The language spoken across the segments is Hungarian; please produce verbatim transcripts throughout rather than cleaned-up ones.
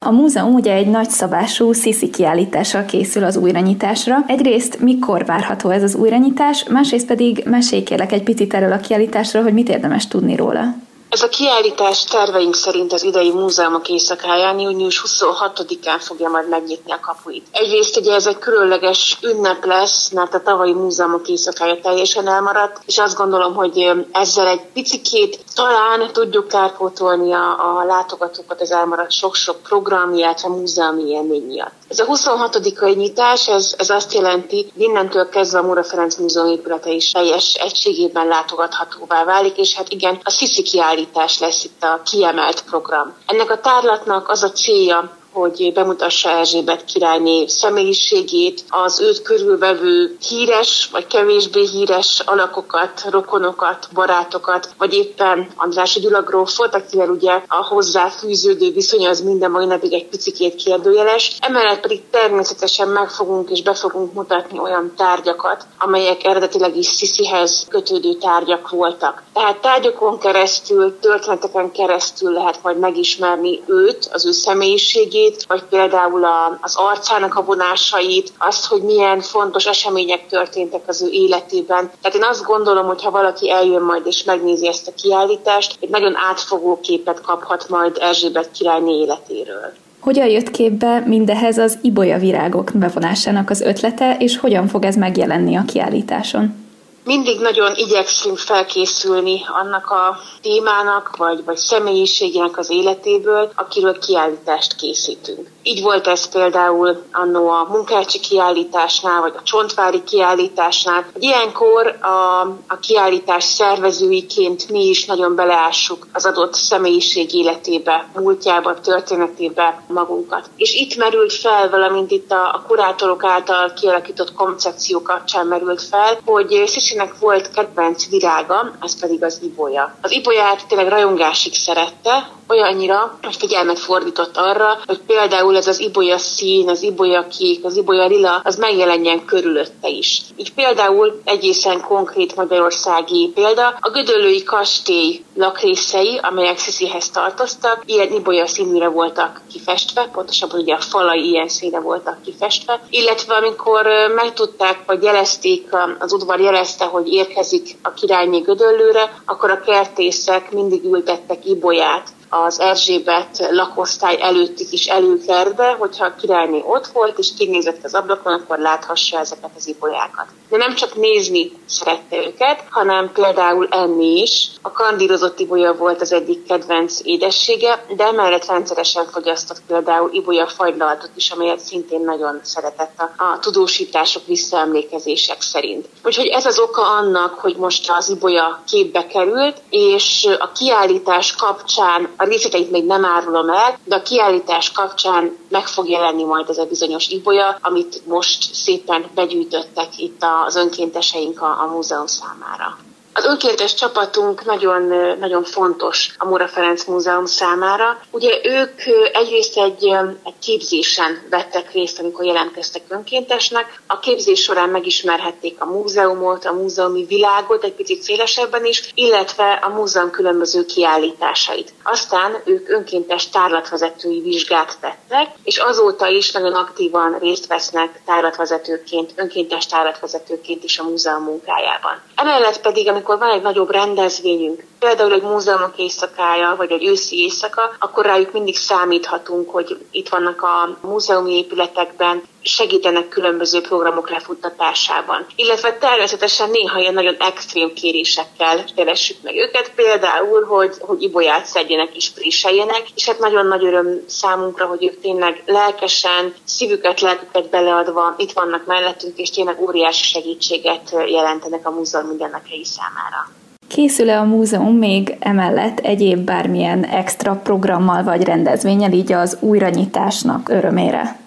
A múzeum ugye egy nagyszabású Sisi kiállítással készül az újranyitásra. Egyrészt mikor várható ez az újranyitás, másrészt pedig mesélj kérlek egy picit erről a kiállításról, hogy mit érdemes tudni róla. Ez a kiállítás terveink szerint az idei múzeumok éjszakáján, június huszonhatodikán fogja majd megnyitni a kapuit. Egyrészt ugye ez egy különleges ünnep lesz, mert a tavalyi múzeumok éjszakája teljesen elmaradt, és azt gondolom, hogy ezzel egy picikét talán tudjuk kárpótolni a, a látogatókat az elmaradt sok-sok program, illetve múzeumi élmény miatt. Ez a huszonhatodikai nyitás, ez, ez azt jelenti, hogy innentől kezdve a Móra Ferenc Múzeum épülete is teljes egységében látogathatóvá válik, és hát igen, a Sisi kiállítás lesz itt a kiemelt program. Ennek a tárlatnak az a célja, hogy bemutassa Erzsébet királyné személyiségét, az őt körülvevő híres vagy kevésbé híres alakokat, rokonokat, barátokat, vagy éppen Andrássy Gyula grófot, akivel ugye a hozzá fűződő viszony az minden mai napig egy picikét kérdőjeles. Emellett pedig természetesen meg fogunk és be fogunk mutatni olyan tárgyakat, amelyek eredetileg is Sisihez kötődő tárgyak voltak. Tehát tárgyakon keresztül, történeteken keresztül lehet majd megismerni őt, az ő személyiségét, vagy például a, az arcának a vonásait, azt, hogy milyen fontos események történtek az ő életében. Tehát én azt gondolom, hogy ha valaki eljön majd és megnézi ezt a kiállítást, egy nagyon átfogó képet kaphat majd Erzsébet királyné életéről. Hogyan jött képbe mindehez az ibolyavirágok bevonásának az ötlete, és hogyan fog ez megjelenni a kiállításon? Mindig nagyon igyekszünk felkészülni annak a témának, vagy, vagy személyiségének az életéből, akiről kiállítást készítünk. Így volt ez például annó a Munkácsi kiállításnál, vagy a Csontvári kiállításnál. Ilyenkor a, a kiállítás szervezőiként mi is nagyon beleássuk az adott személyiség életébe, múltjába, történetébe magunkat. És itt merült fel, valamint itt a, a kurátorok által kialakított koncepció kapcsán merült fel, hogy Sisinek volt kedvenc virága, ez pedig az ibolya. Az ibolyát tényleg rajongásig szerette, olyannyira, hogy figyelmet fordított arra, hogy például ez az ibolya szín, az ibolya kék, az ibolya lila, az megjelenjen körülötte is. Így például egészen konkrét magyarországi példa, a Gödöllői kastély lakrészei, amelyek Sisihez tartoztak, ilyen ibolya színűre voltak kifestve, pontosabban ugye a falai ilyen színre voltak kifestve, illetve amikor megtudták, vagy jelezték, az udvar jelezte, hogy érkezik a királyné Gödöllőre, akkor a kertészek mindig ültettek ibolyát az Erzsébet lakosztály előtti kis előkertbe, hogyha a királyné ott volt, és kinézett az ablakon, akkor láthassa ezeket az ibolyákat. De nem csak nézni szerette őket, hanem például enni is. A kandírozott ibolya volt az egyik kedvenc édessége, de emellett rendszeresen fogyasztott például ibolya fagylaltot is, amelyet szintén nagyon szeretett a, a tudósítások, visszaemlékezések szerint. Úgyhogy ez az oka annak, hogy most az ibolya képbe került, és a kiállítás kapcsán a részleteit még nem árulom el, de a kiállítás kapcsán meg fog jelenni majd ez a bizonyos ibolya, amit most szépen begyűjtöttek itt az önkénteseink a, a múzeum számára. Az önkéntes csapatunk nagyon, nagyon fontos a Móra Ferenc Múzeum számára. Ugye ők egyrészt egy, egy képzésen vettek részt, amikor jelentkeztek önkéntesnek. A képzés során megismerhették a múzeumot, a múzeumi világot egy picit szélesebben is, illetve a múzeum különböző kiállításait. Aztán ők önkéntes tárlatvezetői vizsgát tettek, és azóta is nagyon aktívan részt vesznek tárlatvezetőként, önkéntes tárlatvezetőként is a múzeum munkájában. Emellett pedig, amikor van egy nagyobb rendezvényünk, például egy múzeumok éjszakája, vagy egy őszi éjszaka, akkor rájuk mindig számíthatunk, hogy itt vannak a múzeumi épületekben, segítenek különböző programok lefuttatásában. Illetve természetesen néha ilyen nagyon extrém kérésekkel keressük meg őket, például, hogy, hogy ibolyát szedjenek és frisseljenek, és hát nagyon nagy öröm számunkra, hogy ők tényleg lelkesen, szívüket, lelküket beleadva itt vannak mellettünk, és tényleg óriási segítséget jelentenek a múzeum mindennapjai számára. Készül-e a múzeum még emellett egyéb bármilyen extra programmal vagy rendezvénnyel így az újranyitásnak örömére?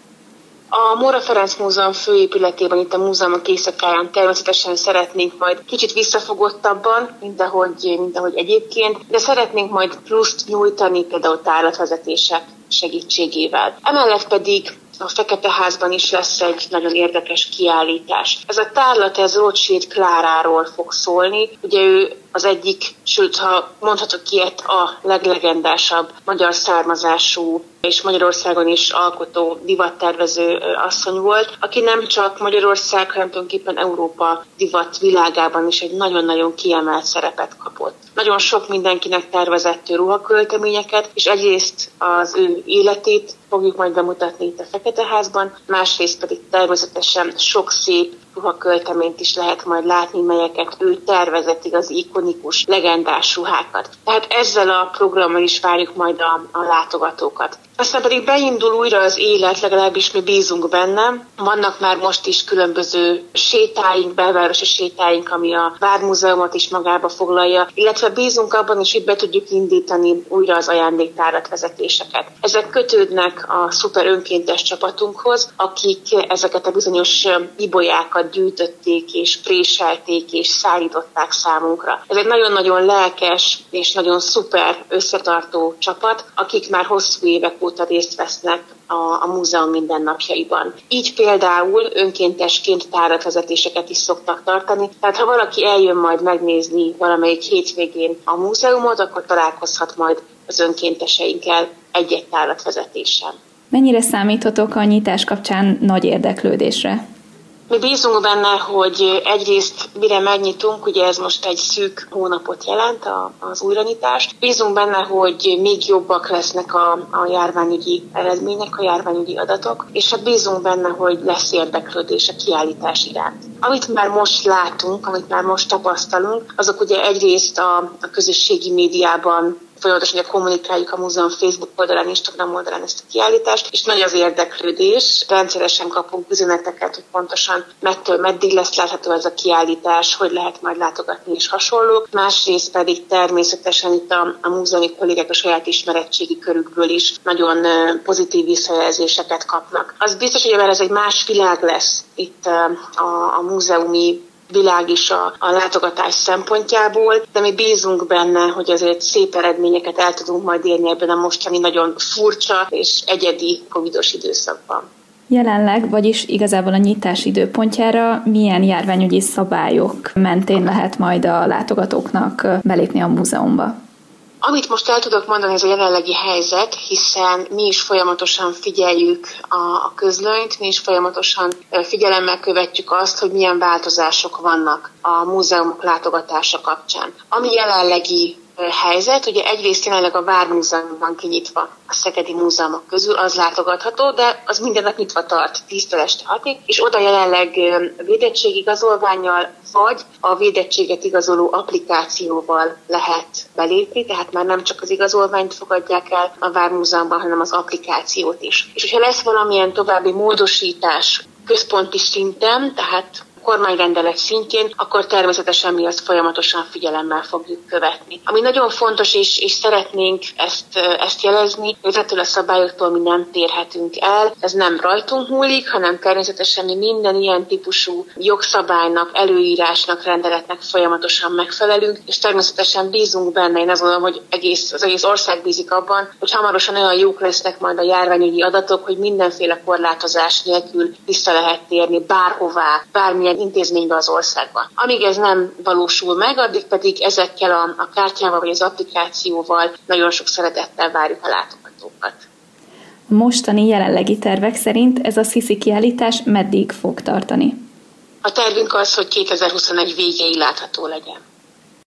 A Móra Ferenc Múzeum főépületében, itt a múzeumok éjszakáján természetesen szeretnénk majd kicsit visszafogottabban, mint ahogy, mint ahogy egyébként, de szeretnénk majd pluszt nyújtani például tárlatvezetések segítségével. Emellett pedig a Fekete Házban is lesz egy nagyon érdekes kiállítás. Ez a tárlat, ez Rothschild Kláráról fog szólni. Ugye ő az egyik, sőt, ha mondhatok ilyet, a leglegendásabb magyar származású és Magyarországon is alkotó divattervező asszony volt, aki nem csak Magyarország, hanem tulajdonképpen Európa divat világában is egy nagyon-nagyon kiemelt szerepet kapott. Nagyon sok mindenkinek tervezett ruhakölteményeket, és egyrészt az ő életét fogjuk majd bemutatni itt a Feketeházban, másrészt pedig természetesen sok szép ruhakölteményt is lehet majd látni, melyeket ő tervezett, igaz ikonikus, legendás ruhákat. Tehát ezzel a programmal is várjuk majd a, a látogatókat. Aztán pedig beindul újra az élet, legalábbis mi bízunk benne. Vannak már most is különböző sétáink, belvárosi sétáink, ami a Vármúzeumot is magába foglalja, illetve bízunk abban is, hogy be tudjuk indítani újra az ajándéktáratvezetéseket. Ezek kötődnek a szuper önkéntes csapatunkhoz, akik ezeket a bizonyos ibolyákat gyűjtötték és préselték és szállították számunkra. Ez egy nagyon-nagyon lelkes és nagyon szuper összetartó csapat, akik már hosszú évek óta részt vesznek a, a múzeum mindennapjaiban. Így például önkéntesként táratvezetéseket is szoktak tartani, tehát ha valaki eljön majd megnézni valamelyik hétvégén a múzeumot, akkor találkozhat majd az önkénteseinkkel egy-egy táratvezetésen. Mennyire számíthatok a nyitás kapcsán nagy érdeklődésre? Mi bízunk benne, hogy egyrészt mire megnyitunk, ugye ez most egy szűk hónapot jelent az újranyitás. Bízunk benne, hogy még jobbak lesznek a, a járványügyi eredmények, a járványügyi adatok, és hát bízunk benne, hogy lesz érdeklődés a kiállítás iránt. Amit már most látunk, amit már most tapasztalunk, azok ugye egyrészt a, a közösségi médiában folyamatosan kommunikáljuk a múzeum Facebook oldalán, Instagram oldalán ezt a kiállítást, és nagy az érdeklődés. Rendszeresen kapunk üzeneteket, hogy pontosan mettől meddig lesz látható ez a kiállítás, hogy lehet majd látogatni és hasonlók. Másrészt pedig természetesen itt a, a múzeumi kollégák a saját ismeretségi körükből is nagyon pozitív visszajelzéseket kapnak. Az biztos, hogy ez egy más világ lesz itt a, a múzeumi világ is a, a látogatás szempontjából, de mi bízunk benne, hogy azért szép eredményeket el tudunk majd érni ebben a mostani nagyon furcsa és egyedi covidos időszakban. Jelenleg, vagyis igazából a nyitás időpontjára milyen járványügyi szabályok mentén lehet majd a látogatóknak belépni a múzeumba? Amit most el tudok mondani, ez a jelenlegi helyzet, hiszen mi is folyamatosan figyeljük a, a közlönyt, mi is folyamatosan figyelemmel követjük azt, hogy milyen változások vannak a múzeumok látogatása kapcsán. Ami jelenlegi helyzet, ugye egyrészt jelenleg a Vármúzeumban kinyitva a szegedi múzeumok közül, az látogatható, de az minden nap nyitva tart tíztől este hatig, és oda jelenleg védettségigazolvánnyal vagy a védettséget igazoló applikációval lehet belépni, tehát már nem csak az igazolványt fogadják el a Vármúzeumban, hanem az applikációt is. És hogyha lesz valamilyen további módosítás központi szinten, tehát kormányrendelet szintjén, akkor természetesen mi azt folyamatosan figyelemmel fogjuk követni. Ami nagyon fontos, és, és szeretnénk ezt, ezt jelezni, hogy ettől a szabályoktól mi nem térhetünk el. Ez nem rajtunk múlik, hanem természetesen mi minden ilyen típusú jogszabálynak, előírásnak, rendeletnek folyamatosan megfelelünk, és természetesen bízunk benne, én azt gondolom, hogy egész, az egész ország bízik abban, hogy hamarosan olyan jók lesznek majd a járványügyi adatok, hogy mindenféle korlátozás nélkül vissza lehet térni bárhová, bármilyen intézménybe az országban. Amíg ez nem valósul meg, addig pedig ezekkel a, a kártyával vagy az applikációval nagyon sok szeretettel várjuk a látogatókat. A mostani jelenlegi tervek szerint ez a Sisi kiállítás meddig fog tartani? A tervünk az, hogy kétezer-huszonegy végéig látható legyen.